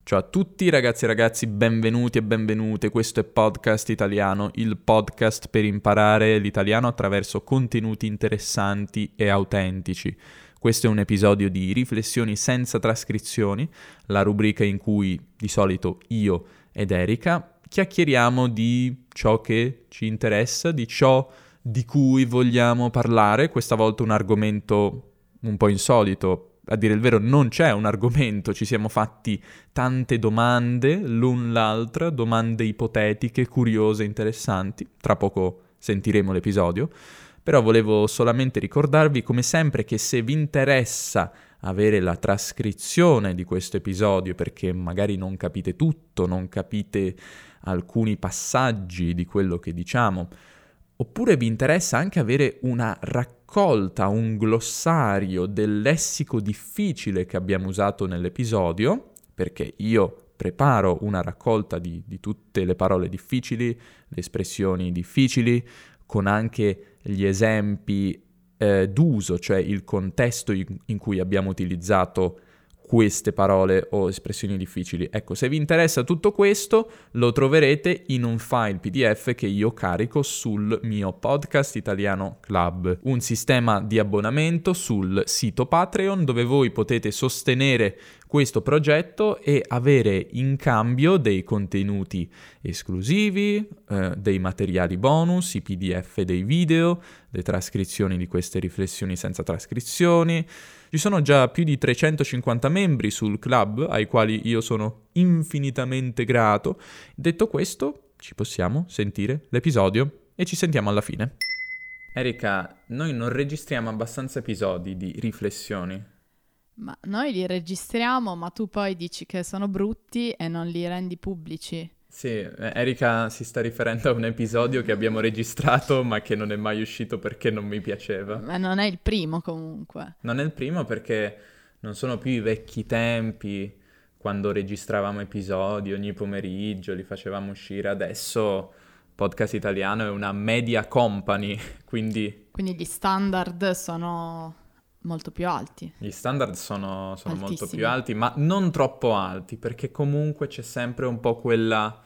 Ciao a tutti ragazzi e ragazzi, benvenuti e benvenute, questo è Podcast Italiano, il podcast per imparare l'italiano attraverso contenuti interessanti e autentici. Questo è un episodio di Riflessioni senza trascrizioni, la rubrica in cui di solito io ed Erika chiacchieriamo di ciò che ci interessa, di ciò di cui vogliamo parlare, questa volta un argomento un po' insolito. A dire il vero non c'è un argomento, ci siamo fatti tante domande l'un l'altra, domande ipotetiche, curiose, interessanti. Tra poco sentiremo l'episodio, però volevo solamente ricordarvi come sempre che se vi interessa avere la trascrizione di questo episodio perché magari non capite tutto, non capite alcuni passaggi di quello che diciamo, oppure vi interessa anche avere una raccolta, un glossario del lessico difficile che abbiamo usato nell'episodio, perché io preparo una raccolta di tutte le parole difficili, le espressioni difficili, con anche gli esempi d'uso, cioè il contesto in cui abbiamo utilizzato queste parole o espressioni difficili. Ecco, se vi interessa tutto questo, lo troverete in un file PDF che io carico sul mio Podcast Italiano Club, un sistema di abbonamento sul sito Patreon dove voi potete sostenere questo progetto e avere in cambio dei contenuti esclusivi, dei materiali bonus, i PDF dei video, le trascrizioni di queste riflessioni senza trascrizioni. Ci sono già più di 350 membri sul club, ai quali io sono infinitamente grato. Detto questo, ci possiamo sentire l'episodio e ci sentiamo alla fine. Erika, noi non registriamo abbastanza episodi di riflessioni. Ma noi li registriamo, ma tu poi dici che sono brutti e non li rendi pubblici. Sì, Erika si sta riferendo a un episodio che abbiamo registrato ma che non è mai uscito perché non mi piaceva. Ma non è il primo comunque. Non è il primo perché non sono più i vecchi tempi quando registravamo episodi ogni pomeriggio, li facevamo uscire. Adesso Podcast Italiano è una media company, quindi gli standard sono molto più alti. Gli standard sono molto Altissimi. più alti, ma non troppo alti, perché comunque c'è sempre un po' quella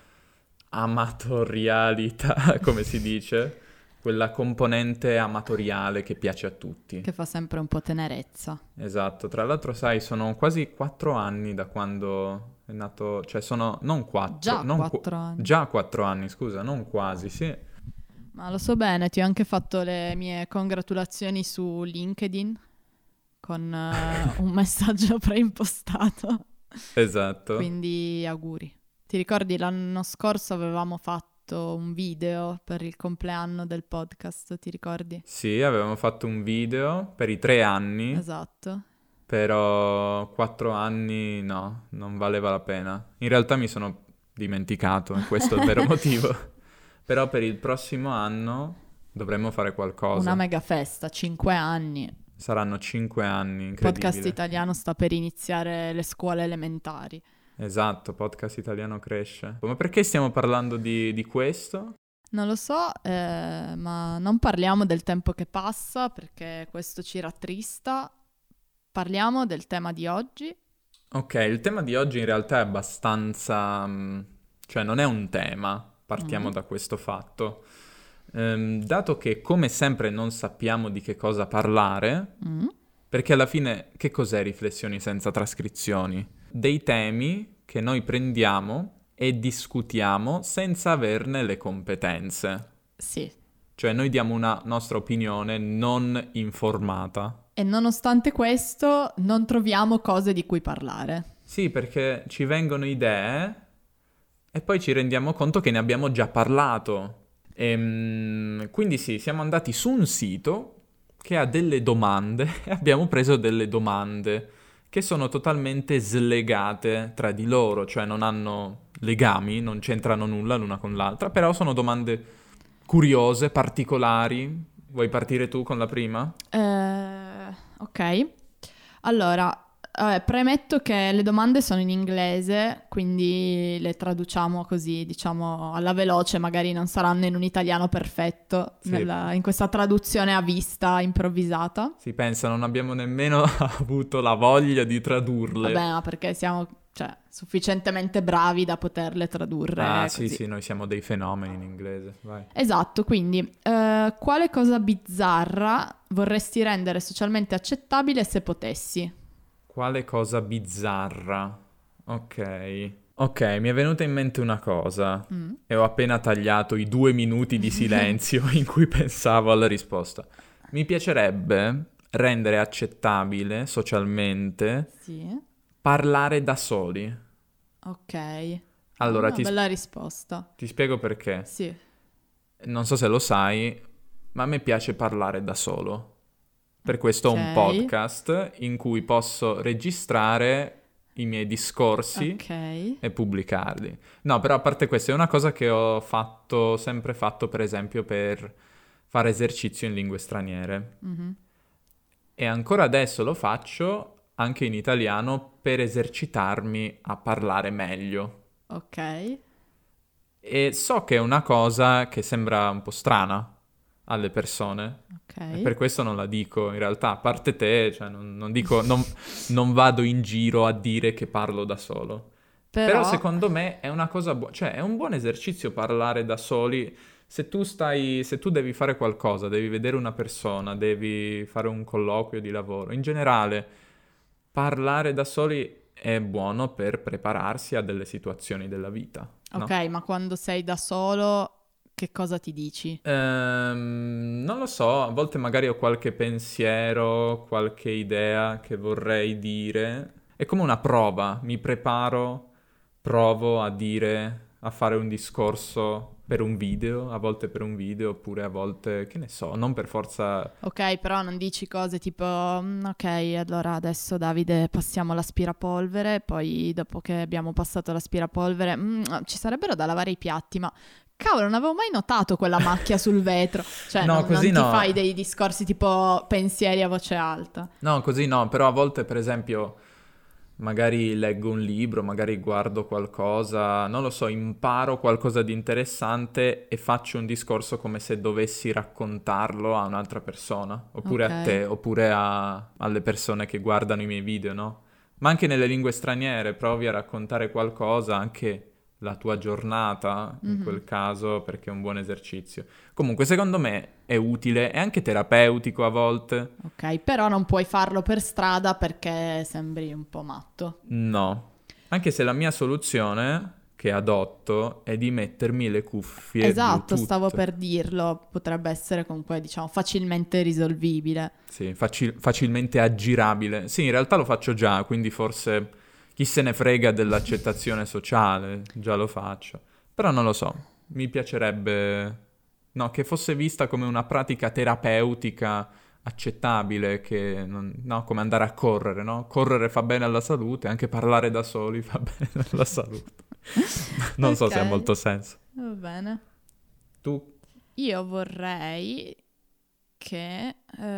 amatorialità, come si dice, quella componente amatoriale che piace a tutti. Che fa sempre un po' tenerezza. Esatto, tra l'altro sai, sono quasi 4 anni da quando è nato, cioè sono, non 4, Già non 4 anni. Già 4 anni, scusa, non quasi, sì. Ma lo so bene, ti ho anche fatto le mie congratulazioni su LinkedIn con un messaggio preimpostato. Esatto. Quindi auguri. Ti ricordi l'anno scorso avevamo fatto un video per il compleanno del podcast, ti ricordi? Sì, avevamo fatto un video per i 3 anni. Esatto. Però 4 anni no, non valeva la pena. In realtà mi sono dimenticato, e questo è il vero motivo. Però per il prossimo anno dovremmo fare qualcosa. Una mega festa, 5 anni. Saranno 5 anni, Il incredibile. podcast italiano sta per iniziare le scuole elementari. Esatto, Podcast Italiano cresce. Ma perché stiamo parlando di questo? Non lo so, ma non parliamo del tempo che passa perché questo ci rattrista. Parliamo del tema di oggi. Ok, il tema di oggi in realtà è abbastanza... cioè non è un tema, partiamo da questo fatto. Dato che come sempre non sappiamo di che cosa parlare, perché alla fine che cos'è Riflessioni senza trascrizioni? Dei temi che noi prendiamo e discutiamo senza averne le competenze. Sì. Cioè noi diamo una nostra opinione non informata. E nonostante questo non troviamo cose di cui parlare. Sì, perché ci vengono idee e poi ci rendiamo conto che ne abbiamo già parlato. Quindi sì, siamo andati su un sito che ha delle domande e abbiamo preso delle domande che sono totalmente slegate tra di loro, cioè non hanno legami, non c'entrano nulla l'una con l'altra, però sono domande curiose, particolari. Vuoi partire tu con la prima? Ok. Allora, premetto che le domande sono in inglese, quindi le traduciamo così, diciamo, alla veloce, magari non saranno in un italiano perfetto, Sì. in questa traduzione a vista improvvisata. Si pensa, non abbiamo nemmeno avuto la voglia di tradurle. Vabbè, ma perché siamo cioè sufficientemente bravi da poterle tradurre sì, così. sì, noi siamo dei fenomeni in inglese, vai. Esatto, quindi quale cosa bizzarra vorresti rendere socialmente accettabile se potessi? Quale cosa bizzarra? Ok, mi è venuta in mente una cosa e ho appena tagliato i 2 minuti di silenzio in cui pensavo alla risposta. Mi piacerebbe rendere accettabile socialmente Sì, parlare da soli. ok. Allora, Una bella risposta. ti spiego perché. Sì, Non so se lo sai, ma a me piace parlare da solo. Per questo ho un ok. podcast in cui posso registrare i miei discorsi Ok. e pubblicarli. No, però a parte questo, è una cosa che ho fatto, sempre fatto, per esempio, per fare esercizio in lingue straniere. Mhm. E ancora adesso lo faccio anche in italiano per esercitarmi a parlare meglio. Ok. E so che è una cosa che sembra un po' strana alle persone. E per Ok. questo non la dico, in realtà, a parte te, cioè non dico, non vado in giro a dire che parlo da solo. Però Però, secondo me è una cosa buona, cioè è un buon esercizio parlare da soli. Se tu devi fare qualcosa, devi vedere una persona, devi fare un colloquio di lavoro, in generale, parlare da soli è buono per prepararsi a delle situazioni della vita, ok, no? ma quando sei da solo, che cosa ti dici? Non lo so, a volte magari ho qualche pensiero, qualche idea che vorrei dire. È come una prova, mi preparo, provo a dire, a fare un discorso per un video, a volte per un video, oppure a volte, che ne so, non per forza... Ok, però non dici cose tipo, ok, allora adesso Davide passiamo l'aspirapolvere, poi dopo che abbiamo passato l'aspirapolvere, ci sarebbero da lavare i piatti, ma cavolo, non avevo mai notato quella macchia sul vetro. Cioè, No, non così ti no. fai dei discorsi tipo pensieri a voce alta. No, così no, però a volte, per esempio, magari leggo un libro, magari guardo qualcosa, non lo so, imparo qualcosa di interessante e faccio un discorso come se dovessi raccontarlo a un'altra persona, oppure Ok. a te, oppure alle persone che guardano i miei video, no? Ma anche nelle lingue straniere provi a raccontare qualcosa, anche la tua giornata, in Mhm. quel caso, perché è un buon esercizio. Comunque, secondo me è utile, è anche terapeutico a volte. Ok, però non puoi farlo per strada perché sembri un po' matto. No, anche se la mia soluzione che adotto è di mettermi le cuffie Esatto, stavo Bluetooth. per dirlo, potrebbe essere comunque, diciamo, facilmente risolvibile. Sì, facilmente aggirabile. Sì, in realtà lo faccio già, quindi forse chi se ne frega dell'accettazione sociale, già lo faccio. Però non lo so, mi piacerebbe, no, che fosse vista come una pratica terapeutica accettabile, no, come andare a correre, no? Correre fa bene alla salute, anche parlare da soli fa bene alla salute. Non so se ha Ok, molto senso. va bene. Tu? Io vorrei che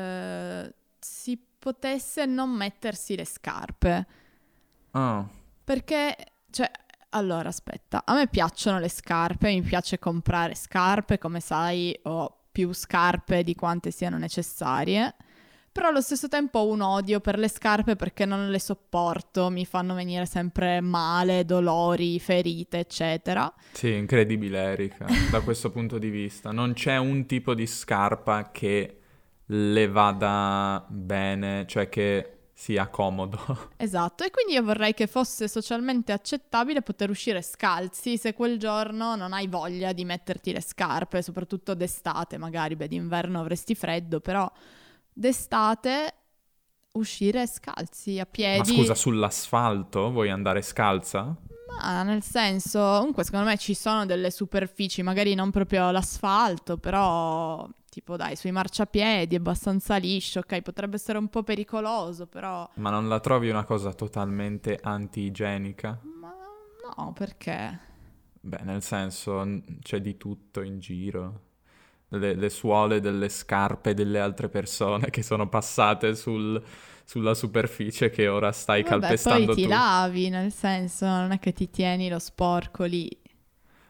si potesse non mettersi le scarpe. Ah, Perché, cioè, allora aspetta, a me piacciono le scarpe, mi piace comprare scarpe, come sai, ho più scarpe di quante siano necessarie. Però allo stesso tempo ho un odio per le scarpe perché non le sopporto, mi fanno venire sempre male, dolori, ferite, eccetera. sì, incredibile Erika, da questo punto di vista. Non c'è un tipo di scarpa che le vada bene, cioè che sia comodo. Esatto, e quindi io vorrei che fosse socialmente accettabile poter uscire scalzi se quel giorno non hai voglia di metterti le scarpe, soprattutto d'estate, magari, beh, d'inverno avresti freddo, però d'estate uscire scalzi a Ma piedi. scusa, sull'asfalto vuoi andare scalza? Ma nel senso, comunque secondo me ci sono delle superfici, magari non proprio l'asfalto, però tipo dai, sui marciapiedi è abbastanza liscio, ok, potrebbe essere un po' pericoloso, però... Ma non la trovi una cosa totalmente anti-igienica? Ma no, perché? Beh, nel senso, c'è di tutto in giro. Le suole delle scarpe delle altre persone che sono passate sulla superficie che ora stai Vabbè, poi calpestando ti tu. lavi, nel senso, non è che ti tieni lo sporco lì.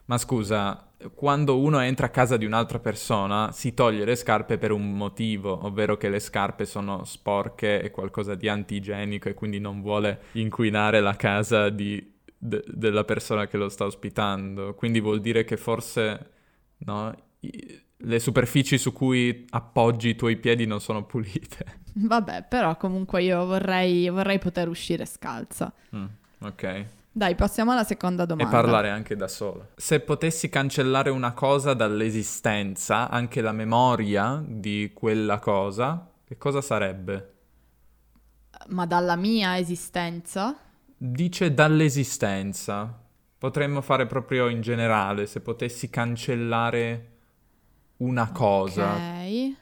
Ma scusa, quando uno entra a casa di un'altra persona si toglie le scarpe per un motivo, ovvero che le scarpe sono sporche e qualcosa di antiigienico e quindi non vuole inquinare la casa della persona che lo sta ospitando. Quindi vuol dire che forse, no, le superfici su cui appoggi i tuoi piedi non sono pulite. Vabbè, però comunque io vorrei poter uscire scalza. Ok. Dai, passiamo alla seconda domanda. E parlare anche da sola. Se potessi cancellare una cosa dall'esistenza, anche la memoria di quella cosa, che cosa sarebbe? Ma dalla mia esistenza? Dice dall'esistenza. Potremmo fare proprio in generale, se potessi cancellare una cosa. Ok.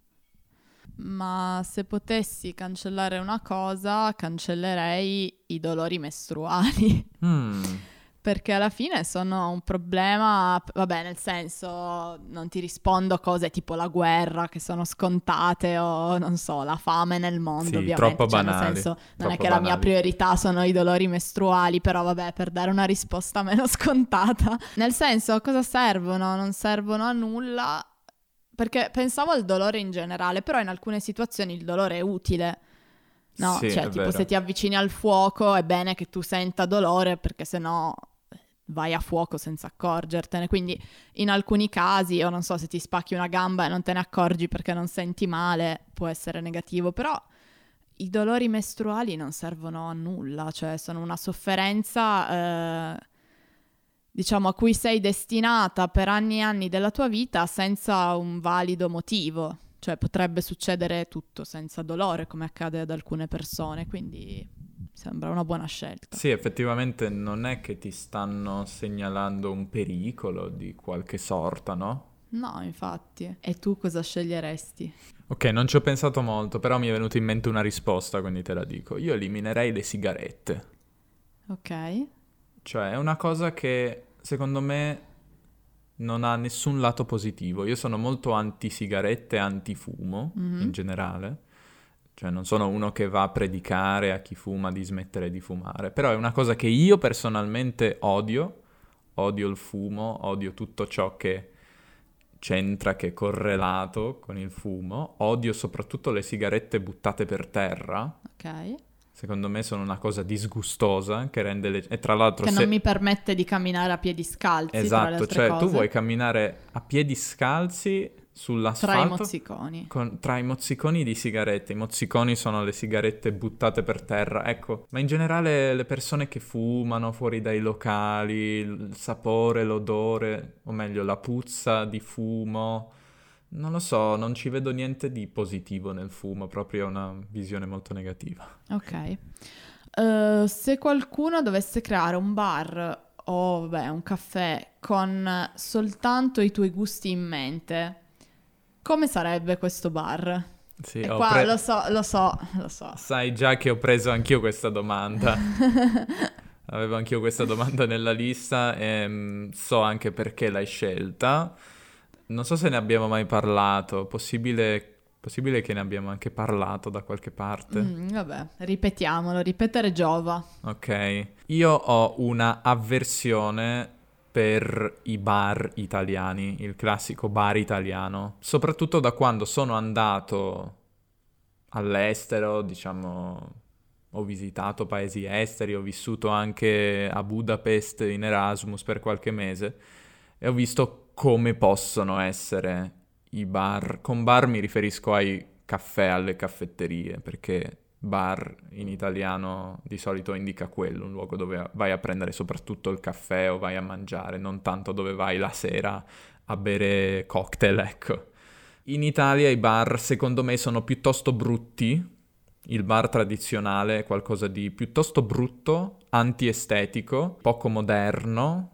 Ma se potessi cancellare una cosa, cancellerei i dolori mestruali. Perché alla fine sono un problema, vabbè, nel senso, non ti rispondo cose tipo la guerra che sono scontate o non so, la fame nel mondo, Sì, ovviamente. troppo Cioè, banali. nel senso, non Troppo è che la mia banali. priorità sono i dolori mestruali, però vabbè, per dare una risposta meno scontata. Nel senso, a cosa servono? Non servono a nulla, perché pensavo al dolore in generale, però in alcune situazioni il dolore è utile. No, Sì, cioè, è tipo vero. se ti avvicini al fuoco è bene che tu senta dolore, perché sennò vai a fuoco senza accorgertene. Quindi in alcuni casi, o non so, se ti spacchi una gamba e non te ne accorgi perché non senti male, può essere negativo, però i dolori mestruali non servono a nulla, cioè sono una sofferenza, diciamo, a cui sei destinata per anni e anni della tua vita senza un valido motivo. Cioè potrebbe succedere tutto senza dolore, come accade ad alcune persone, quindi sembra una buona scelta. Sì, effettivamente non è che ti stanno segnalando un pericolo di qualche sorta, no? No, infatti. E tu cosa sceglieresti? Ok, non ci ho pensato molto, però mi è venuta in mente una risposta, quindi te la dico. Io eliminerei le sigarette. Ok. Cioè, è una cosa che secondo me non ha nessun lato positivo. Io sono molto anti-sigarette e anti-fumo in generale. Cioè, non sono uno che va a predicare a chi fuma di smettere di fumare. Però è una cosa che io personalmente odio. Odio il fumo, odio tutto ciò che c'entra, che è correlato con il fumo. Odio soprattutto le sigarette buttate per terra. Ok. Secondo me sono una cosa disgustosa che rende le... E tra l'altro Che se... non mi permette di camminare a piedi scalzi, tra le Esatto, altre cioè cose. tu vuoi camminare a piedi scalzi Tra i sull'asfalto mozziconi. tra i mozziconi di sigarette. I mozziconi sono le sigarette buttate per terra, ecco. Ma in generale le persone che fumano fuori dai locali, il sapore, l'odore, o meglio la puzza di fumo, non lo so, non ci vedo niente di positivo nel fumo, proprio una visione molto negativa. Ok. Se qualcuno dovesse creare un bar o vabbè, un caffè con soltanto i tuoi gusti in mente, come sarebbe questo bar? Sì, E qua lo so. Sai già che ho preso anch'io questa domanda. Avevo anch'io questa domanda nella lista e so anche perché l'hai scelta. Non so se ne abbiamo mai parlato, possibile che ne abbiamo anche parlato da qualche parte. Vabbè, ripetiamolo, ripetere giova. Ok, io ho una avversione per i bar italiani, il classico bar italiano, soprattutto da quando sono andato all'estero, diciamo, ho visitato paesi esteri, ho vissuto anche a Budapest in Erasmus per qualche mese e ho visto come possono essere i bar. Con bar mi riferisco ai caffè, alle caffetterie, perché bar in italiano di solito indica quello, un luogo dove vai a prendere soprattutto il caffè o vai a mangiare, non tanto dove vai la sera a bere cocktail, ecco. In Italia i bar secondo me sono piuttosto brutti. Il bar tradizionale è qualcosa di piuttosto brutto, antiestetico, poco moderno,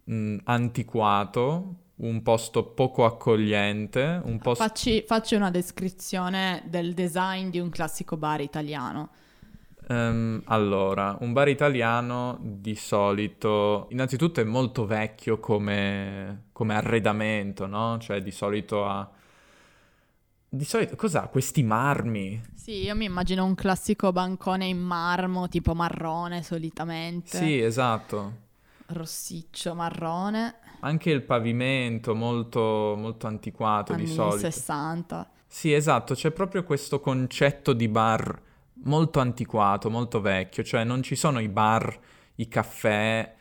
antiquato, un posto poco accogliente, un posto... Facci una descrizione del design di un classico bar italiano. Allora, un bar italiano di solito, innanzitutto è molto vecchio come arredamento, no? Cioè di solito ha... Di solito cos'ha? Questi marmi. Sì, io mi immagino un classico bancone in marmo, tipo marrone solitamente. Sì, esatto. rossiccio, marrone, Anche il pavimento molto, molto antiquato di anni solito. 60. Sì, esatto, c'è proprio questo concetto di bar molto antiquato, molto vecchio, cioè non ci sono i bar, i caffè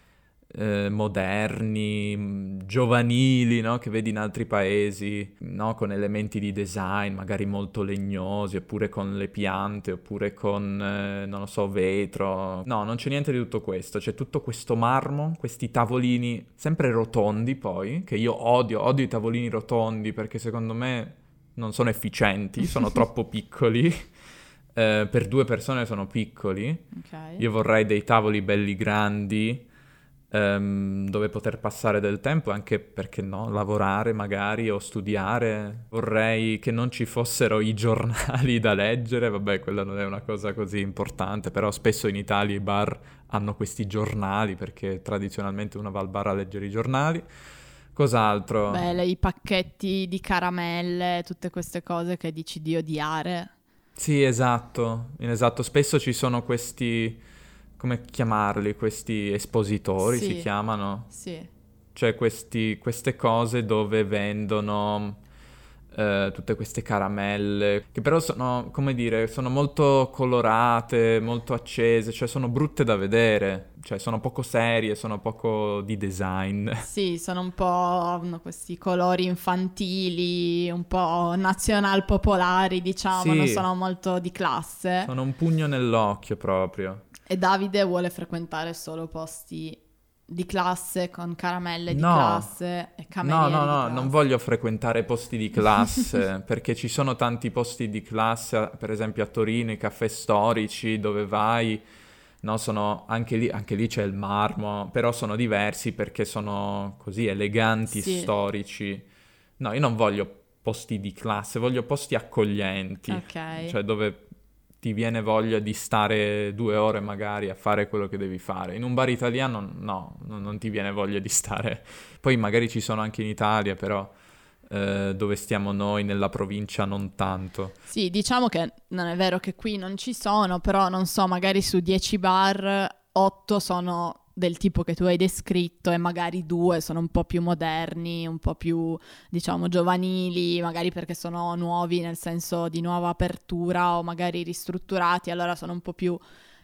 moderni, giovanili, no? Che vedi in altri paesi, no? Con elementi di design magari molto legnosi, oppure con le piante, oppure con, non lo so, vetro. No, non c'è niente di tutto questo, c'è tutto questo marmo, questi tavolini sempre rotondi poi, che io odio i tavolini rotondi perché secondo me non sono efficienti, sono troppo piccoli. Per 2 persone sono piccoli. Ok. Io vorrei dei tavoli belli grandi, dove poter passare del tempo, anche perché no, lavorare magari o studiare. Vorrei che non ci fossero i giornali da leggere, vabbè, quella non è una cosa così importante, però spesso in Italia i bar hanno questi giornali perché tradizionalmente uno va al bar a leggere i giornali. Cos'altro? Beh, i pacchetti di caramelle, tutte queste cose che dici di odiare. Sì, esatto. Spesso ci sono questi, come chiamarli, questi espositori si Sì, chiamano, sì. cioè queste cose dove vendono tutte queste caramelle, che però sono, come dire, sono molto colorate, molto accese, cioè sono brutte da vedere, cioè sono poco serie, sono poco di design. Sì, sono un po', hanno questi colori infantili, un po' nazional popolari, diciamo, non Sì, sono molto di classe. sono un pugno nell'occhio proprio. E Davide vuole frequentare solo posti di classe con caramelle di No, classe e no, no, camerieri di no, non classe. voglio frequentare posti di classe, perché ci sono tanti posti di classe, per esempio a Torino, i caffè storici, dove vai, no, sono anche lì c'è il marmo, però sono diversi perché sono così eleganti, Sì, storici. No, io non voglio posti di classe, voglio posti accoglienti, ok. cioè dove ti viene voglia di stare 2 ore magari a fare quello che devi fare. In un bar italiano no, non ti viene voglia di stare. Poi magari ci sono anche in Italia, però dove stiamo noi, nella provincia, non tanto. Sì, diciamo che non è vero che qui non ci sono, però non so, magari su 10 bar, 8 sono del tipo che tu hai descritto e magari 2 sono un po' più moderni, un po' più, diciamo, giovanili, magari perché sono nuovi nel senso di nuova apertura o magari ristrutturati, allora sono un po' più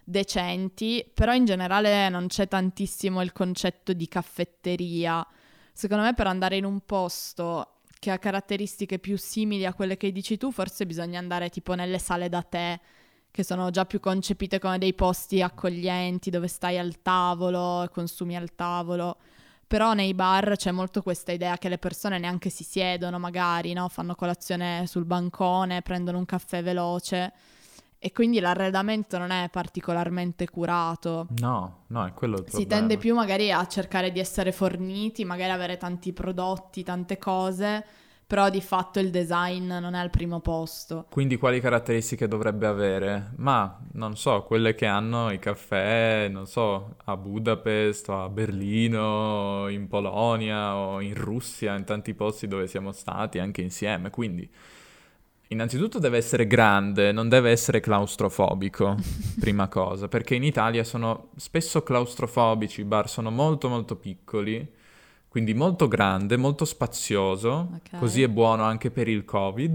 decenti, però in generale non c'è tantissimo il concetto di caffetteria. Secondo me per andare in un posto che ha caratteristiche più simili a quelle che dici tu, forse bisogna andare tipo nelle sale da tè, che sono già più concepite come dei posti accoglienti dove stai al tavolo e consumi al tavolo. Però nei bar c'è molto questa idea che le persone neanche si siedono, magari, no? Fanno colazione sul bancone, prendono un caffè veloce e quindi l'arredamento non è particolarmente curato. No, no, è quello il Si tende problema. più magari a cercare di essere forniti, magari avere tanti prodotti, tante cose, però di fatto il design non è al primo posto. Quindi quali caratteristiche dovrebbe avere? Ma non so, quelle che hanno i caffè, non so, a Budapest, o a Berlino, in Polonia o in Russia, in tanti posti dove siamo stati anche insieme. Quindi, innanzitutto deve essere grande, non deve essere claustrofobico, prima cosa, perché in Italia sono spesso claustrofobici, i bar sono molto molto piccoli, quindi molto grande, molto spazioso, così Ok. è buono anche per il Covid.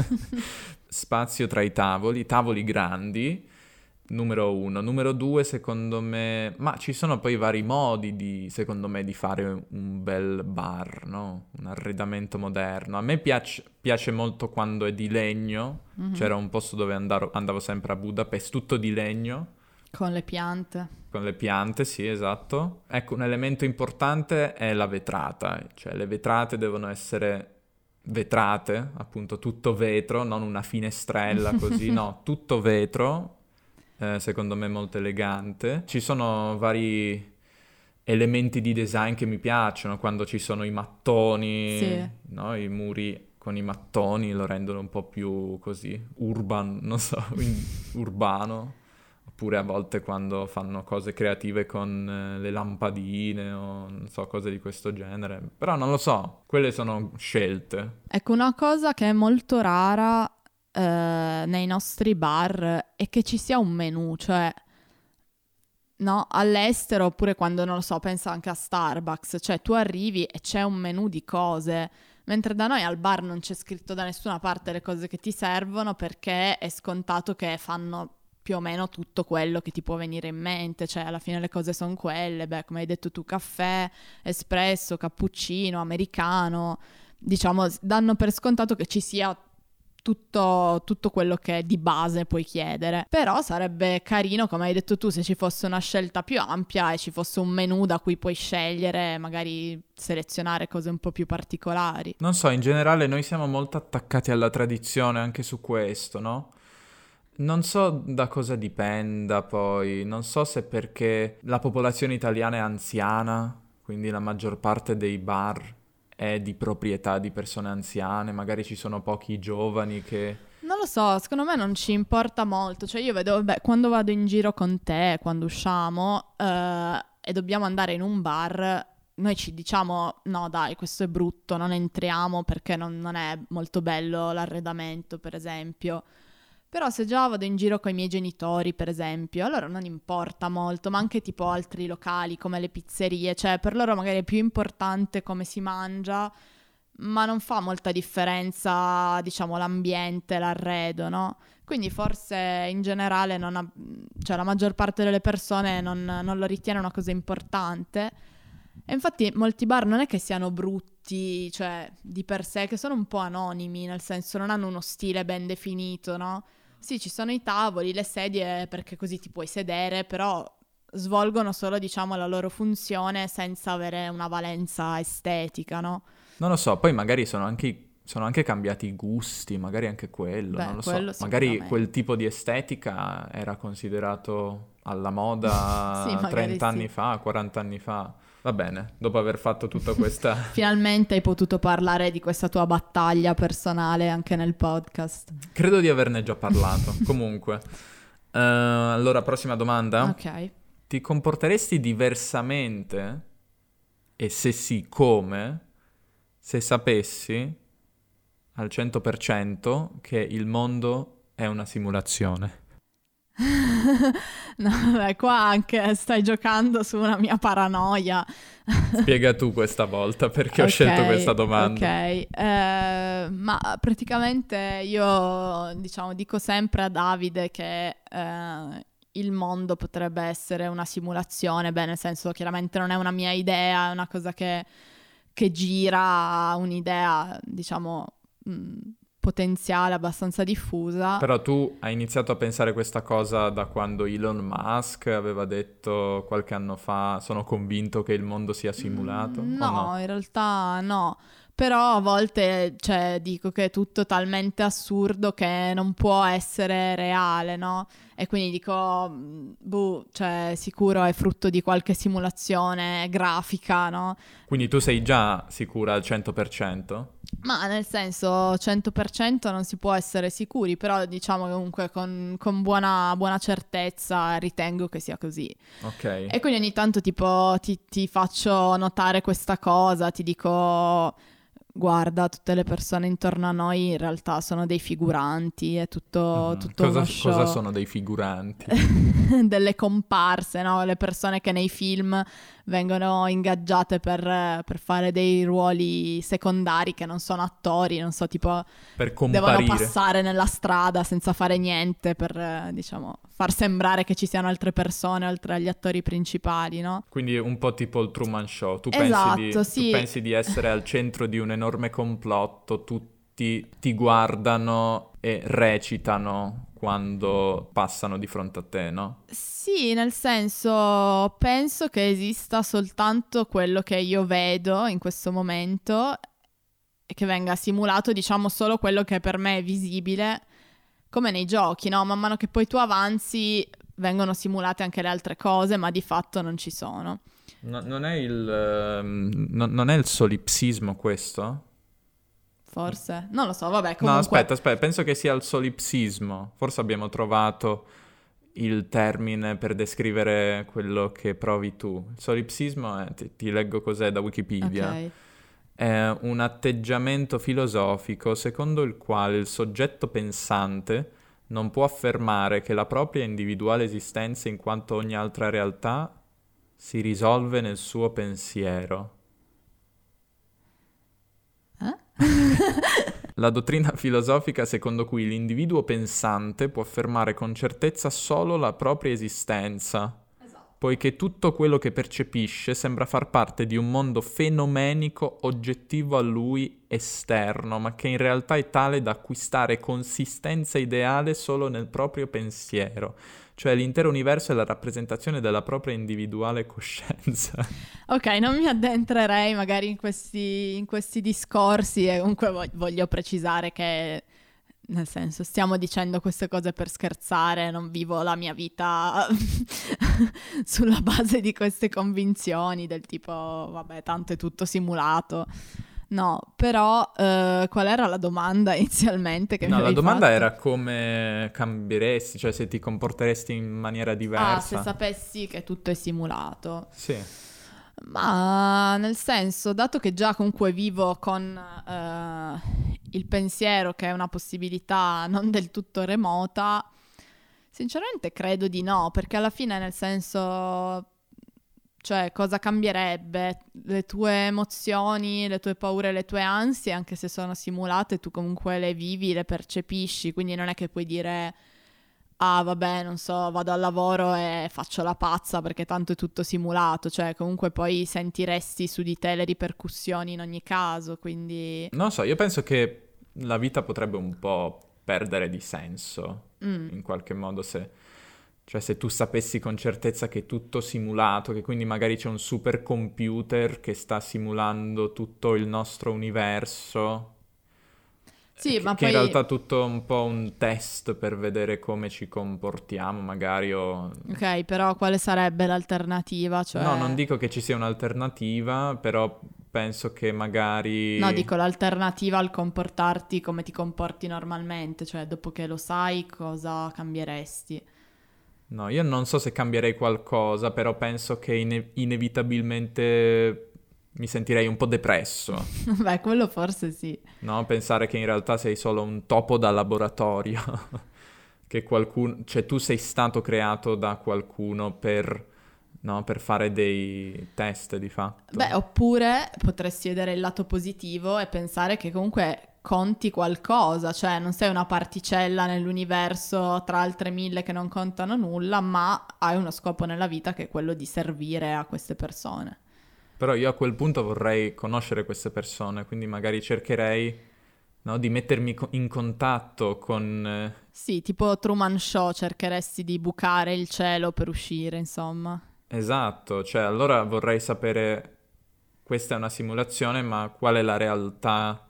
Spazio tra i tavoli, tavoli grandi, numero uno. Numero due, secondo me, ma ci sono poi vari modi di, secondo me, di fare un bel bar, no? Un arredamento moderno. A me piace molto quando è di legno. Mhm. C'era un posto dove andavo sempre a Budapest, tutto di legno. Con le piante. Con le piante, sì, esatto. Ecco, un elemento importante è la vetrata, cioè le vetrate devono essere vetrate, appunto tutto vetro, non una finestrella così, no, tutto vetro, secondo me molto elegante. Ci sono vari elementi di design che mi piacciono, quando ci sono i Sì. mattoni, no? I muri con i mattoni lo rendono un po' più così, urban, non so, urbano. Oppure a volte quando fanno cose creative con le lampadine o non so, cose di questo genere. Però non lo so, quelle sono scelte. Ecco, una cosa che è molto rara nei nostri bar è che ci sia un menù, cioè no? All'estero, oppure quando, non lo so, pensa anche a Starbucks, cioè tu arrivi e c'è un menù di cose, mentre da noi al bar non c'è scritto da nessuna parte le cose che ti servono perché è scontato che fanno più o meno tutto quello che ti può venire in mente, cioè alla fine le cose sono quelle, beh, come hai detto tu, caffè, espresso, cappuccino, americano, diciamo, danno per scontato che ci sia tutto quello che di base puoi chiedere. Però sarebbe carino, come hai detto tu, se ci fosse una scelta più ampia e ci fosse un menù da cui puoi scegliere, magari selezionare cose un po' più particolari. Non so, in generale noi siamo molto attaccati alla tradizione anche su questo, no? Non so da cosa dipenda poi, non so se perché la popolazione italiana è anziana, quindi la maggior parte dei bar è di proprietà di persone anziane, magari ci sono pochi giovani che... Non lo so, secondo me non ci importa molto, cioè io vedo, vabbè, quando vado in giro con te, quando usciamo e dobbiamo andare in un bar, noi ci diciamo no dai, questo è brutto, non entriamo perché non è molto bello l'arredamento, per esempio. Però se già vado in giro con i miei genitori, per esempio, allora non importa molto, ma anche tipo altri locali come le pizzerie, cioè per loro magari è più importante come si mangia, ma non fa molta differenza, diciamo, l'ambiente, l'arredo, no? Quindi forse in generale cioè la maggior parte delle persone non lo ritiene una cosa importante. E infatti molti bar non è che siano brutti, cioè di per sé, che sono un po' anonimi, nel senso non hanno uno stile ben definito, no? Sì, ci sono i tavoli, le sedie perché così ti puoi sedere, però svolgono solo, diciamo, la loro funzione senza avere una valenza estetica, no? Non lo so, poi magari sono anche cambiati i gusti, magari anche quello, Beh, non lo so. quello Magari sicuramente. quel tipo di estetica era considerato alla moda Sì, magari 30 anni sì. fa, 40 anni fa. Va bene, dopo aver fatto tutta questa... Finalmente hai potuto parlare di questa tua battaglia personale anche nel podcast. Credo di averne già parlato. Comunque, allora, prossima domanda. Ok. Ti comporteresti diversamente? E se sì, come? Se sapessi al 100% che il mondo è una simulazione. No, vabbè, qua anche stai giocando su una mia paranoia. Spiega tu questa volta perché ho Ok, scelto questa domanda. ok. Ma praticamente io, diciamo, dico sempre a Davide che il mondo potrebbe essere una simulazione, beh, nel senso chiaramente non è una mia idea, è una cosa che gira, un'idea, diciamo, potenziale abbastanza diffusa. Però tu hai iniziato a pensare questa cosa da quando Elon Musk aveva detto qualche anno fa, sono convinto che il mondo sia simulato, o No, no? in realtà no. Però a volte, cioè, dico che è tutto talmente assurdo che non può essere reale, no? E quindi dico, boh, cioè, sicuro è frutto di qualche simulazione grafica, no? Quindi tu sei già sicura al 100%? Ma nel senso, 100% non si può essere sicuri, però diciamo che comunque con buona certezza ritengo che sia così. Ok. E quindi ogni tanto tipo ti faccio notare questa cosa, ti dico guarda, tutte le persone intorno a noi in realtà sono dei figuranti, è tutto uno show. Cosa sono dei figuranti? Delle comparse, no? Le persone che nei film vengono ingaggiate per fare dei ruoli secondari che non sono attori, non so, tipo Per devono comparire. passare nella strada senza fare niente per, diciamo, far sembrare che ci siano altre persone oltre agli attori principali, no? Quindi un po' tipo il Truman Show. Tu Esatto, sì. tu pensi di essere al centro di un enorme complotto, tutti ti guardano e recitano quando passano di fronte a te, no? Sì, nel senso, penso che esista soltanto quello che io vedo in questo momento e che venga simulato, diciamo, solo quello che per me è visibile, come nei giochi, no? Man mano che poi tu avanzi vengono simulate anche le altre cose, ma di fatto non ci sono. Non è non è il solipsismo questo? Forse? Non lo so, vabbè, No, comunque... aspetta, penso che sia il solipsismo. Forse abbiamo trovato il termine per descrivere quello che provi tu. Il solipsismo è, ti leggo cos'è da Wikipedia. Ok. È un atteggiamento filosofico secondo il quale il soggetto pensante non può affermare che la propria individuale esistenza in quanto ogni altra realtà si risolve nel suo pensiero. La dottrina filosofica secondo cui l'individuo pensante può affermare con certezza solo la propria esistenza, poiché tutto quello che percepisce sembra far parte di un mondo fenomenico oggettivo a lui esterno, ma che in realtà è tale da acquistare consistenza ideale solo nel proprio pensiero. Cioè l'intero universo è la rappresentazione della propria individuale coscienza. Ok, non mi addentrerei magari in questi discorsi e comunque voglio precisare che, nel senso, stiamo dicendo queste cose per scherzare, non vivo la mia vita sulla base di queste convinzioni del tipo, vabbè, tanto è tutto simulato. No, però qual era la domanda inizialmente che mi No, la avevi domanda fatto? era come cambieresti, cioè se ti comporteresti in maniera diversa. Ah, se sapessi che tutto è simulato. Sì. Ma nel senso, dato che già comunque vivo con il pensiero che è una possibilità non del tutto remota, sinceramente credo di no, perché alla fine nel senso, cioè cosa cambierebbe? Le tue emozioni, le tue paure, le tue ansie, anche se sono simulate, tu comunque le vivi, le percepisci, quindi non è che puoi dire ah vabbè, non so, vado al lavoro e faccio la pazza perché tanto è tutto simulato, cioè comunque poi sentiresti su di te le ripercussioni in ogni caso, quindi... Non so, io penso che la vita potrebbe un po' perdere di senso, in qualche modo, se tu sapessi con certezza che è tutto simulato, che quindi magari c'è un supercomputer che sta simulando tutto il nostro universo, Sì, ma che in poi... realtà è tutto un po' un test per vedere come ci comportiamo, magari o... Ok, però quale sarebbe l'alternativa? Cioè... No, non dico che ci sia un'alternativa, però penso che magari... No, dico l'alternativa al comportarti come ti comporti normalmente, cioè dopo che lo sai cosa cambieresti. No, io non so se cambierei qualcosa, però penso che inevitabilmente mi sentirei un po' depresso, Beh, quello forse sì. no? Pensare che in realtà sei solo un topo da laboratorio, che qualcuno, cioè tu sei stato creato da qualcuno per, no, per fare dei test di fatto. Beh, oppure potresti vedere il lato positivo e pensare che comunque conti qualcosa, cioè non sei una particella nell'universo tra altre mille che non contano nulla, ma hai uno scopo nella vita che è quello di servire a queste persone. Però io a quel punto vorrei conoscere queste persone, quindi magari cercherei, no, di mettermi in contatto con... Sì, tipo Truman Show, cercheresti di bucare il cielo per uscire, insomma. Esatto, cioè allora vorrei sapere, questa è una simulazione, ma qual è la realtà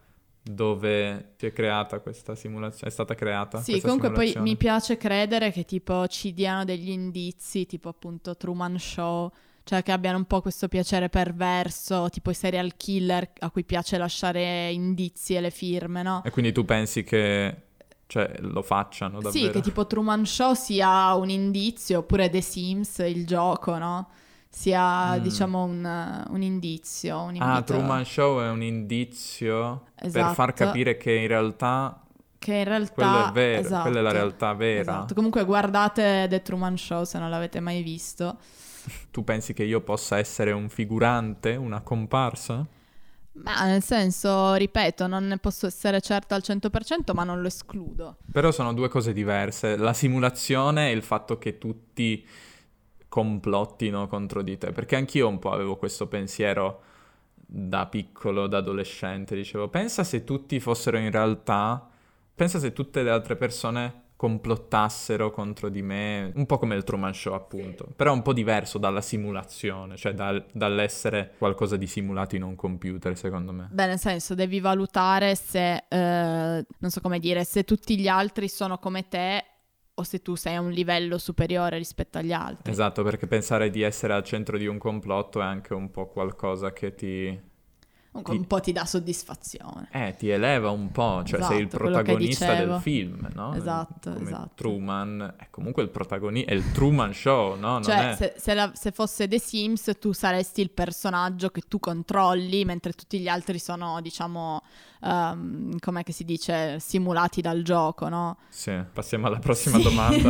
dove si è creata questa simulazione, è stata creata Sì, questa comunque poi simulazione? mi piace credere che tipo ci diano degli indizi, tipo appunto Truman Show, cioè che abbiano un po' questo piacere perverso, tipo i serial killer a cui piace lasciare indizi e le firme, no? E quindi tu pensi che, cioè, lo facciano Sì, davvero? che tipo Truman Show sia un indizio, oppure The Sims, il gioco, no? Sia, diciamo, un indizio, un Ah, invito. Truman Show è un indizio per Esatto. far capire che in realtà Che in realtà... quello è vero, esatto, quella è la realtà vera. Esatto, comunque guardate The Truman Show se non l'avete mai visto. Tu pensi che io possa essere un figurante, una comparsa? Ma nel senso, ripeto, non ne posso essere certa al 100%, ma non lo escludo. Però sono due cose diverse. La simulazione e il fatto che tutti complottino contro di te. Perché anch'io un po' avevo questo pensiero da piccolo, da adolescente. Dicevo, pensa se tutti fossero in realtà... Pensa se tutte le altre persone complottassero contro di me. Un po' come il Truman Show, appunto. Però un po' diverso dalla simulazione. Cioè dall'essere qualcosa di simulato in un computer, secondo me. Beh, nel senso, devi valutare se, non so come dire, se tutti gli altri sono come te o se tu sei a un livello superiore rispetto agli altri. Esatto, perché pensare di essere al centro di un complotto è anche un po' qualcosa che ti... Comunque un po' ti dà soddisfazione. Ti eleva un po', cioè sei il Esatto, quello che protagonista del dicevo. film, no? Esatto, Come esatto. Truman, è comunque il protagonista, è il Truman Show, no? Non Cioè, è... se fosse The Sims, tu saresti il personaggio che tu controlli, mentre tutti gli altri sono, diciamo, com'è che si dice, simulati dal gioco, no? Sì, passiamo alla prossima domanda.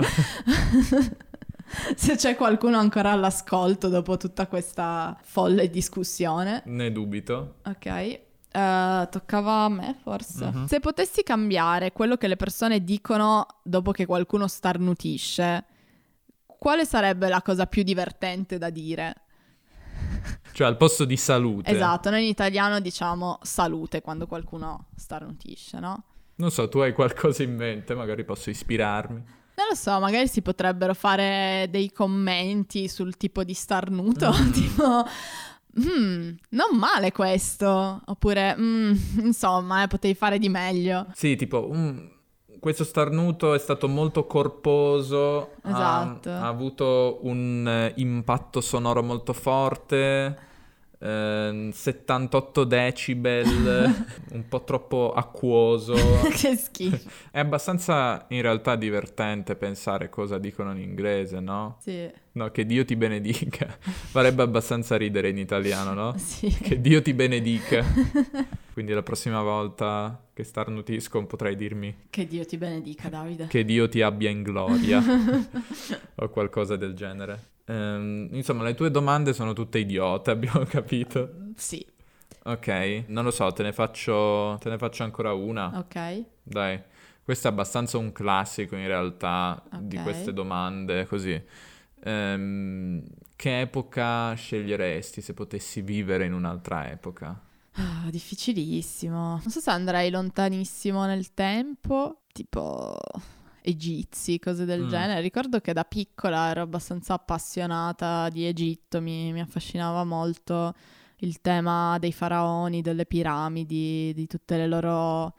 Se c'è qualcuno ancora all'ascolto dopo tutta questa folle discussione. Ne dubito. Ok. Toccava a me, forse. Mhm. Se potessi cambiare quello che le persone dicono dopo che qualcuno starnutisce, quale sarebbe la cosa più divertente da dire? Cioè al posto di salute. Esatto, noi in italiano diciamo salute quando qualcuno starnutisce, no? Non so, tu hai qualcosa in mente, magari posso ispirarmi. Non lo so, magari si potrebbero fare dei commenti sul tipo di starnuto, tipo non male questo, oppure insomma, potevi fare di meglio. Sì, tipo, questo starnuto è stato molto corposo, Esatto. ha avuto un impatto sonoro molto forte, 78 decibel, un po' troppo acquoso. Che schifo. È abbastanza in realtà divertente pensare cosa dicono in inglese, no? Sì, No, che Dio ti benedica. Farebbe abbastanza ridere in italiano, no? sì. Che Dio ti benedica. Quindi la prossima volta che starnutisco potrai dirmi Che Dio ti benedica, Davide. che Dio ti abbia in gloria o qualcosa del genere. Insomma, le tue domande sono tutte idiote, abbiamo capito. Sì, Ok, non lo so, te ne faccio ancora una. ok. Dai, questo è abbastanza un classico in realtà di Ok. queste domande, così. Che epoca sceglieresti se potessi vivere in un'altra epoca? Difficilissimo. Non so se andrei lontanissimo nel tempo, tipo egizi, cose del genere. Ricordo che da piccola ero abbastanza appassionata di Egitto, mi affascinava molto il tema dei faraoni, delle piramidi, di tutte le loro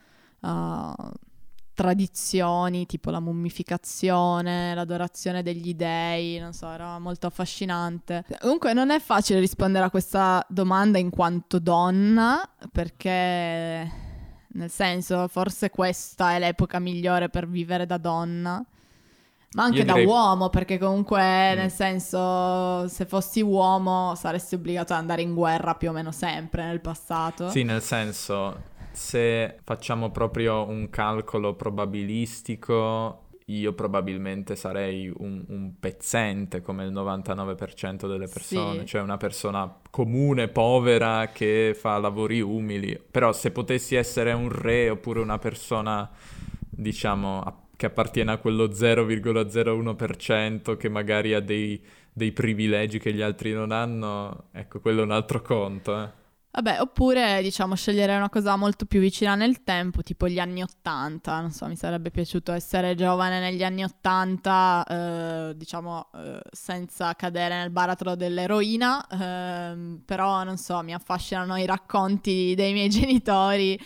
tradizioni, tipo la mummificazione, l'adorazione degli dei, non so, era molto affascinante. Comunque non è facile rispondere a questa domanda in quanto donna, perché nel senso forse questa è l'epoca migliore per vivere da donna. Ma anche Io da direi- uomo, perché comunque nel senso se fossi uomo saresti obbligato ad andare in guerra più o meno sempre nel passato. Sì, nel senso, se facciamo proprio un calcolo probabilistico, io probabilmente sarei un pezzente come il 99% delle persone, Sì. cioè una persona comune, povera, che fa lavori umili. Però se potessi essere un re oppure una persona, diciamo, che appartiene a quello 0,01% che magari ha dei privilegi che gli altri non hanno, ecco, quello è un altro conto, eh. Vabbè, oppure diciamo scegliere una cosa molto più vicina nel tempo, tipo gli anni 80, non so, mi sarebbe piaciuto essere giovane negli anni 80, diciamo senza cadere nel baratro dell'eroina, però non so, mi affascinano i racconti dei miei genitori,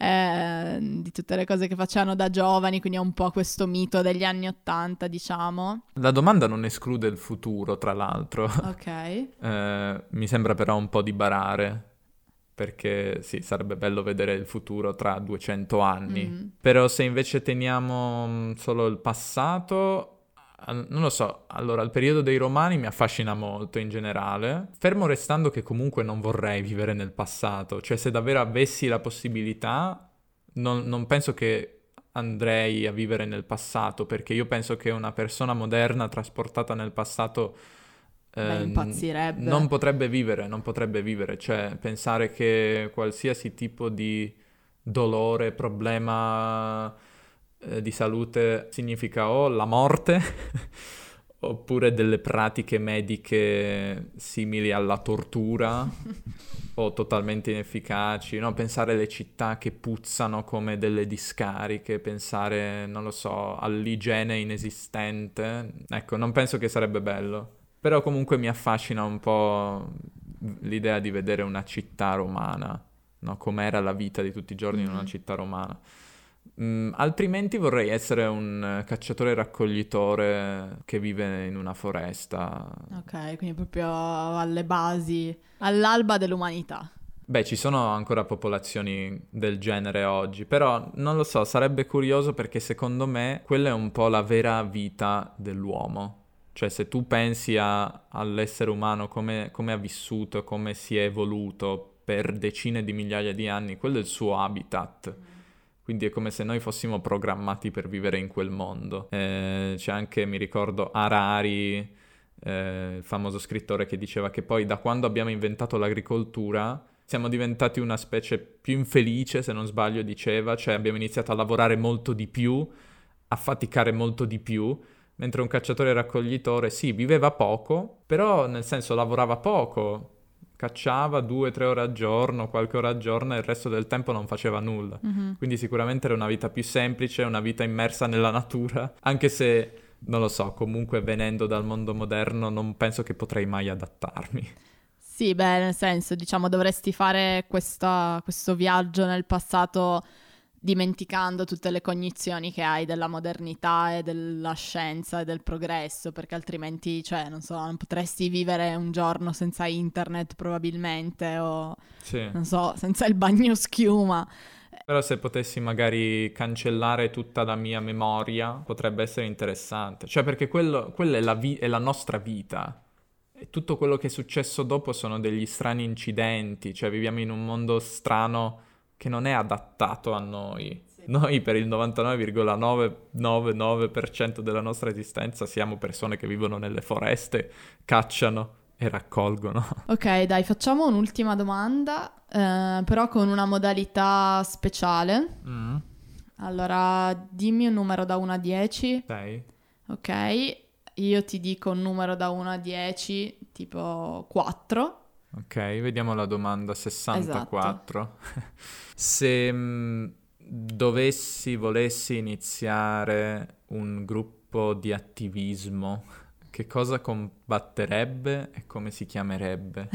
di tutte le cose che facevano da giovani, quindi è un po' questo mito degli anni 80, diciamo. La domanda non esclude il futuro, tra l'altro. Ok. Mi sembra però un po' di barare, perché sì, sarebbe bello vedere il futuro tra 200 anni. Mm. Però se invece teniamo solo il passato, non lo so, allora il periodo dei Romani mi affascina molto in generale, fermo restando che comunque non vorrei vivere nel passato, cioè se davvero avessi la possibilità, non penso che andrei a vivere nel passato, perché io penso che una persona moderna trasportata nel passato Impazzirebbe. non potrebbe vivere, cioè pensare che qualsiasi tipo di dolore, problema di salute significa o la morte oppure delle pratiche mediche simili alla tortura o totalmente inefficaci, no? Pensare alle città che puzzano come delle discariche, pensare, non lo so, all'igiene inesistente, ecco, non penso che sarebbe bello. Però comunque mi affascina un po' l'idea di vedere una città romana, no? Com'era la vita di tutti i giorni in una città romana. Altrimenti vorrei essere un cacciatore-raccoglitore che vive in una foresta. Ok, quindi proprio alle basi, all'alba dell'umanità. Beh, ci sono ancora popolazioni del genere oggi, però non lo so, sarebbe curioso perché secondo me quella è un po' la vera vita dell'uomo. Cioè, se tu pensi all'essere umano, come ha vissuto, come si è evoluto per decine di migliaia di anni, quello è il suo habitat. Quindi è come se noi fossimo programmati per vivere in quel mondo. C'è anche, mi ricordo, Harari, il famoso scrittore, che diceva che poi da quando abbiamo inventato l'agricoltura siamo diventati una specie più infelice, se non sbaglio, diceva, cioè abbiamo iniziato a lavorare molto di più, a faticare molto di più, mentre un cacciatore e raccoglitore, sì, viveva poco, però nel senso lavorava poco, cacciava 2 o 3 ore al giorno, qualche ora al giorno e il resto del tempo non faceva nulla. Quindi sicuramente era una vita più semplice, una vita immersa nella natura, anche se, non lo so, comunque venendo dal mondo moderno non penso che potrei mai adattarmi. Sì, beh, nel senso, diciamo, dovresti fare questo viaggio nel passato dimenticando tutte le cognizioni che hai della modernità e della scienza e del progresso, perché altrimenti, cioè, non so, non potresti vivere un giorno senza internet probabilmente, o, Sì. non so, senza il bagnoschiuma. Però se potessi magari cancellare tutta la mia memoria potrebbe essere interessante. Cioè perché quella è la nostra vita. E tutto quello che è successo dopo sono degli strani incidenti. Cioè viviamo in un mondo strano che non è adattato a noi. Sì. Noi per il 99,999% della nostra esistenza siamo persone che vivono nelle foreste, cacciano e raccolgono. Ok, dai, facciamo un'ultima domanda, però con una modalità speciale. Allora, dimmi un numero da 1 a 10. 6. Ok, io ti dico un numero da 1 a 10, tipo 4. Ok, vediamo la domanda 64. Se volessi iniziare un gruppo di attivismo, che cosa combatterebbe e come si chiamerebbe?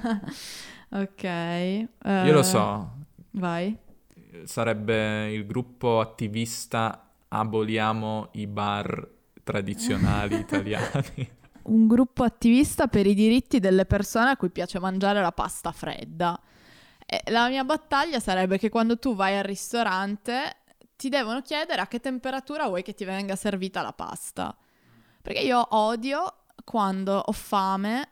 Ok. Io lo so, Vai. sarebbe il gruppo attivista Aboliamo i bar tradizionali italiani. Un gruppo attivista per i diritti delle persone a cui piace mangiare la pasta fredda. E la mia battaglia sarebbe che quando tu vai al ristorante ti devono chiedere a che temperatura vuoi che ti venga servita la pasta. Perché io odio quando ho fame,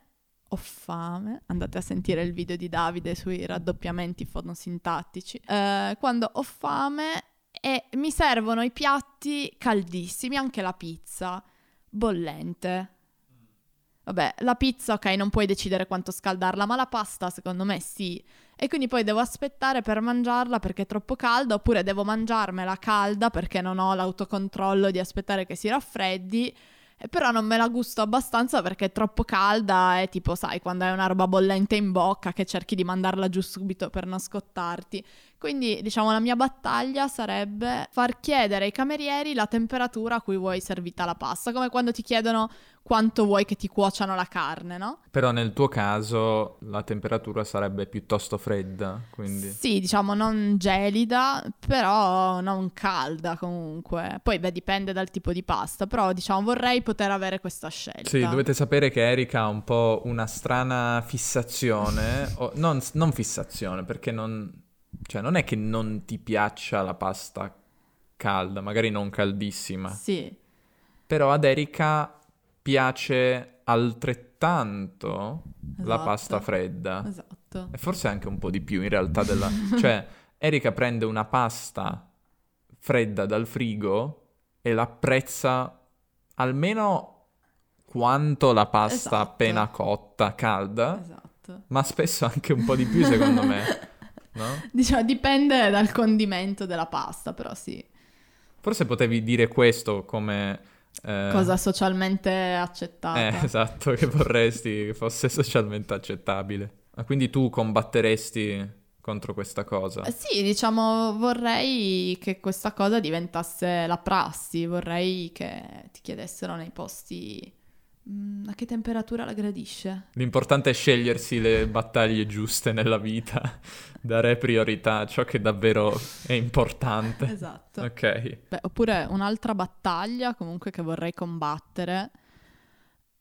andate a sentire il video di Davide sui raddoppiamenti fonosintattici, quando ho fame e mi servono i piatti caldissimi, anche la pizza, bollente. Vabbè, la pizza, ok, non puoi decidere quanto scaldarla, ma la pasta secondo me sì. E quindi poi devo aspettare per mangiarla perché è troppo calda, oppure devo mangiarmela calda perché non ho l'autocontrollo di aspettare che si raffreddi. Però non me la gusto abbastanza perché è troppo calda e tipo, sai, quando hai una roba bollente in bocca che cerchi di mandarla giù subito per non scottarti. Quindi, diciamo, la mia battaglia sarebbe far chiedere ai camerieri la temperatura a cui vuoi servita la pasta, come quando ti chiedono quanto vuoi che ti cuociano la carne, no? Però nel tuo caso la temperatura sarebbe piuttosto fredda, quindi... Sì, diciamo non gelida, però non calda comunque. Poi, beh, dipende dal tipo di pasta, però diciamo vorrei poter avere questa scelta. Sì, dovete sapere che Erika ha un po' una strana fissazione, non fissazione, perché cioè non è che non ti piaccia la pasta calda, magari non caldissima. Sì. Però ad Erika piace altrettanto la Esatto. pasta fredda. Esatto. E forse anche un po' di più in realtà Cioè, Erika prende una pasta fredda dal frigo e l'apprezza almeno quanto la pasta Esatto. appena cotta, calda, Esatto. ma spesso anche un po' di più secondo me, no? Diciamo, dipende dal condimento della pasta, però sì. Forse potevi dire questo come... Cosa socialmente accettata. Esatto, che vorresti che fosse socialmente accettabile. Ma quindi tu combatteresti contro questa cosa? Sì, diciamo, vorrei che questa cosa diventasse la prassi, vorrei che ti chiedessero nei posti a che temperatura la gradisce. L'importante è scegliersi le battaglie giuste nella vita, dare priorità a ciò che davvero è importante. Esatto. Ok. Beh, oppure un'altra battaglia comunque che vorrei combattere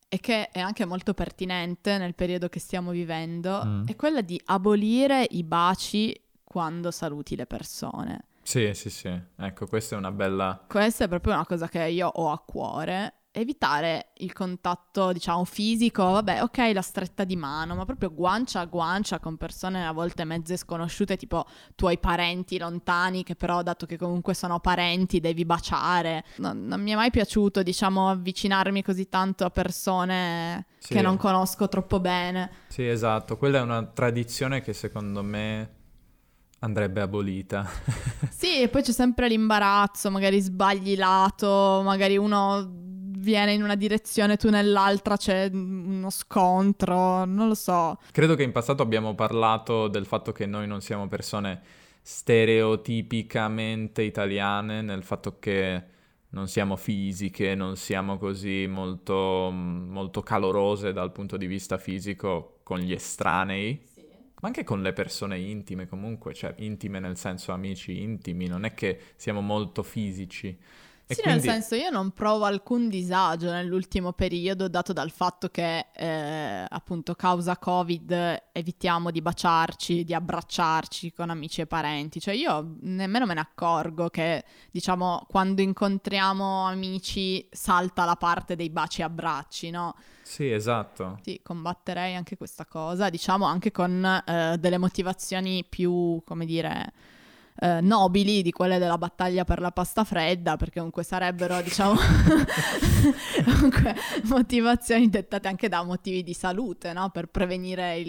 e che è anche molto pertinente nel periodo che stiamo vivendo, è quella di abolire i baci quando saluti le persone. Sì, ecco, questa è una bella... Questa è proprio una cosa che io ho a cuore. Evitare il contatto, diciamo, fisico, vabbè, ok, la stretta di mano, ma proprio guancia a guancia con persone a volte mezze sconosciute, tipo tuoi parenti lontani, che però, dato che comunque sono parenti, devi baciare. Non mi è mai piaciuto, diciamo, avvicinarmi così tanto a persone che non conosco troppo bene. Sì, esatto, quella è una tradizione che secondo me andrebbe abolita. Sì, e poi c'è sempre l'imbarazzo, magari sbagli lato, magari uno viene in una direzione, tu nell'altra, c'è uno scontro, non lo so. Credo che in passato abbiamo parlato del fatto che noi non siamo persone stereotipicamente italiane, nel fatto che non siamo fisiche, non siamo così molto, molto calorose dal punto di vista fisico con gli estranei. Ma anche con le persone intime comunque, cioè intime nel senso amici intimi, non è che siamo molto fisici. E Sì, quindi... nel senso io non provo alcun disagio nell'ultimo periodo dato dal fatto che appunto causa Covid evitiamo di baciarci, di abbracciarci con amici e parenti, cioè io nemmeno me ne accorgo che diciamo quando incontriamo amici salta la parte dei baci e abbracci, no? Sì, esatto. Sì, combatterei anche questa cosa, diciamo anche con delle motivazioni più, come dire, nobili di quelle della battaglia per la pasta fredda, perché comunque sarebbero, diciamo, comunque motivazioni dettate anche da motivi di salute, no? Per prevenire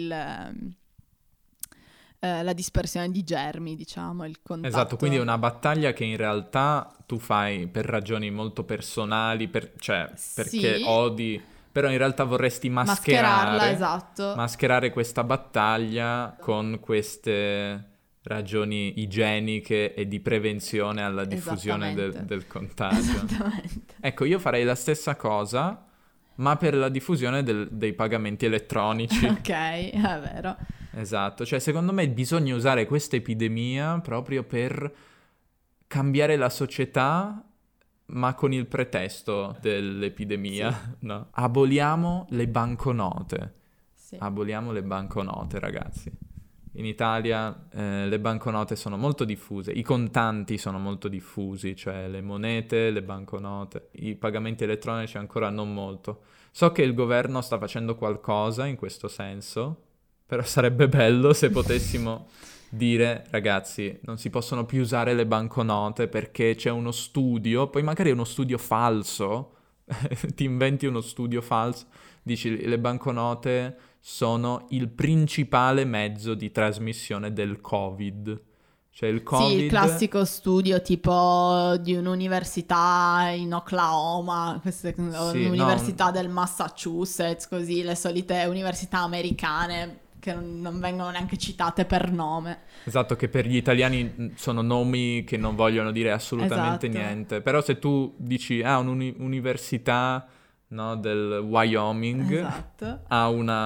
la dispersione di germi, diciamo, il contatto. Esatto, quindi è una battaglia che in realtà tu fai per ragioni molto personali, cioè perché Sì. odi... Però in realtà vorresti Mascherarla, esatto. mascherare questa battaglia con queste ragioni igieniche e di prevenzione alla diffusione del contagio. Esattamente. Ecco, io farei la stessa cosa, ma per la diffusione dei pagamenti elettronici. Ok, è vero. Esatto, cioè secondo me bisogna usare questa epidemia proprio per cambiare la società, ma con il pretesto dell'epidemia, sì. No? Aboliamo le banconote. Sì. Aboliamo le banconote, ragazzi. In Italia le banconote sono molto diffuse, i contanti sono molto diffusi, cioè le monete, le banconote, i pagamenti elettronici ancora non molto. So che il governo sta facendo qualcosa in questo senso, però sarebbe bello se potessimo dire, ragazzi, non si possono più usare le banconote perché c'è uno studio, poi magari è uno studio falso, ti inventi uno studio falso, dici le banconote sono il principale mezzo di trasmissione del Covid. Cioè il Covid... Sì, il classico studio tipo di un'università in Oklahoma, un'università del Massachusetts, così, le solite università americane che non vengono neanche citate per nome. Esatto, che per gli italiani sono nomi che non vogliono dire assolutamente niente. Però se tu dici, un'università, no, del Wyoming, esatto, ha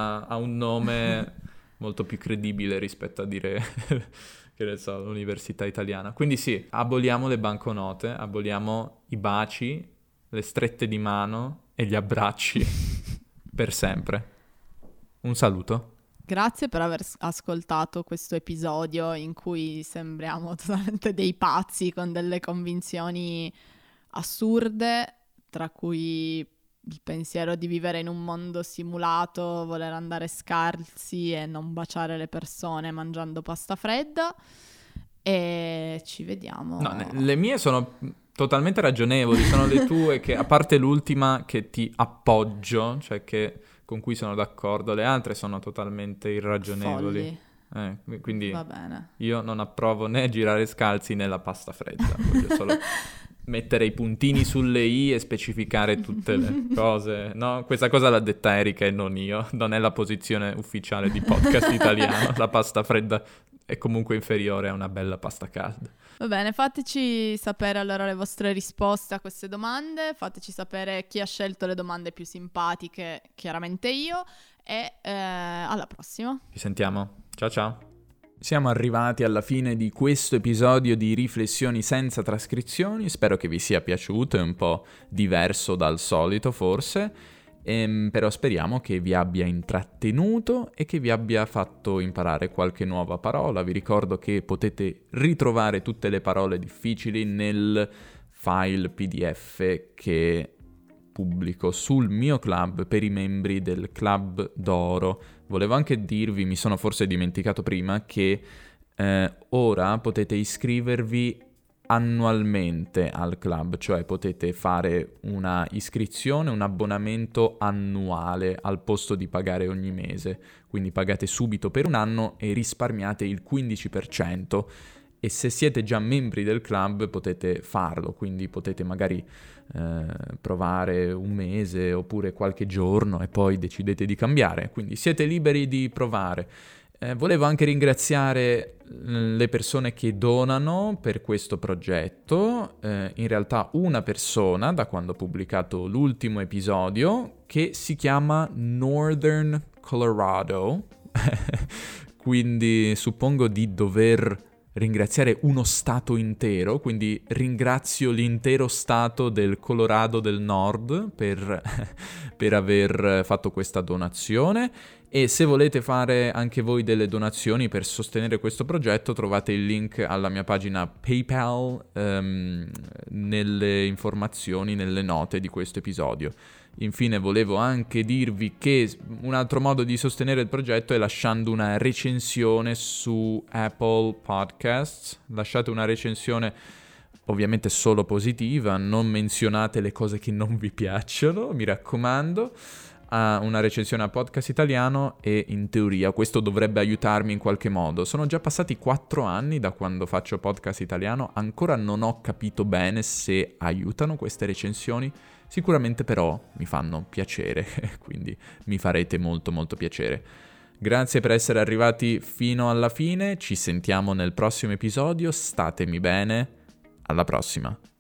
un nome molto più credibile rispetto a dire, che ne so, l'università italiana. Quindi sì, aboliamo le banconote, aboliamo i baci, le strette di mano e gli abbracci per sempre. Un saluto. Grazie per aver ascoltato questo episodio in cui sembriamo totalmente dei pazzi con delle convinzioni assurde, tra cui il pensiero di vivere in un mondo simulato, voler andare scalzi e non baciare le persone mangiando pasta fredda. E ci vediamo. No, le mie sono totalmente ragionevoli, sono le tue che, a parte l'ultima che ti appoggio, cioè che... con cui sono d'accordo, le altre sono totalmente irragionevoli. Quindi va bene. Io non approvo né girare scalzi né la pasta fredda, voglio solo mettere i puntini sulle i e specificare tutte le cose, no? Questa cosa l'ha detta Erika e non io, non è la posizione ufficiale di Podcast Italiano, la pasta fredda è comunque inferiore a una bella pasta calda. Va bene, fateci sapere allora le vostre risposte a queste domande, fateci sapere chi ha scelto le domande più simpatiche, chiaramente io, e alla prossima. Ci sentiamo, ciao ciao. Siamo arrivati alla fine di questo episodio di Riflessioni senza trascrizioni, spero che vi sia piaciuto, è un po' diverso dal solito forse. Però speriamo che vi abbia intrattenuto e che vi abbia fatto imparare qualche nuova parola. Vi ricordo che potete ritrovare tutte le parole difficili nel file PDF che pubblico sul mio club per i membri del Club d'Oro. Volevo anche dirvi, mi sono forse dimenticato prima, che ora potete iscrivervi annualmente al club, cioè potete fare una iscrizione, un abbonamento annuale al posto di pagare ogni mese, quindi pagate subito per un anno e risparmiate il 15%, e se siete già membri del club potete farlo, quindi potete magari provare un mese oppure qualche giorno e poi decidete di cambiare, quindi siete liberi di provare. Volevo anche ringraziare le persone che donano per questo progetto, in realtà una persona da quando ho pubblicato l'ultimo episodio, che si chiama Northern Colorado, quindi suppongo di dover ringraziare uno stato intero, quindi ringrazio l'intero stato del Colorado del Nord per aver fatto questa donazione. E se volete fare anche voi delle donazioni per sostenere questo progetto, trovate il link alla mia pagina PayPal nelle informazioni, nelle note di questo episodio. Infine volevo anche dirvi che un altro modo di sostenere il progetto è lasciando una recensione su Apple Podcasts. Lasciate una recensione ovviamente solo positiva, non menzionate le cose che non vi piacciono, mi raccomando. Una recensione a Podcast Italiano, e in teoria questo dovrebbe aiutarmi in qualche modo. Sono già passati 4 anni da quando faccio Podcast Italiano, ancora non ho capito bene se aiutano queste recensioni, sicuramente però mi fanno piacere, quindi mi farete molto molto piacere. Grazie per essere arrivati fino alla fine, ci sentiamo nel prossimo episodio, statemi bene, alla prossima.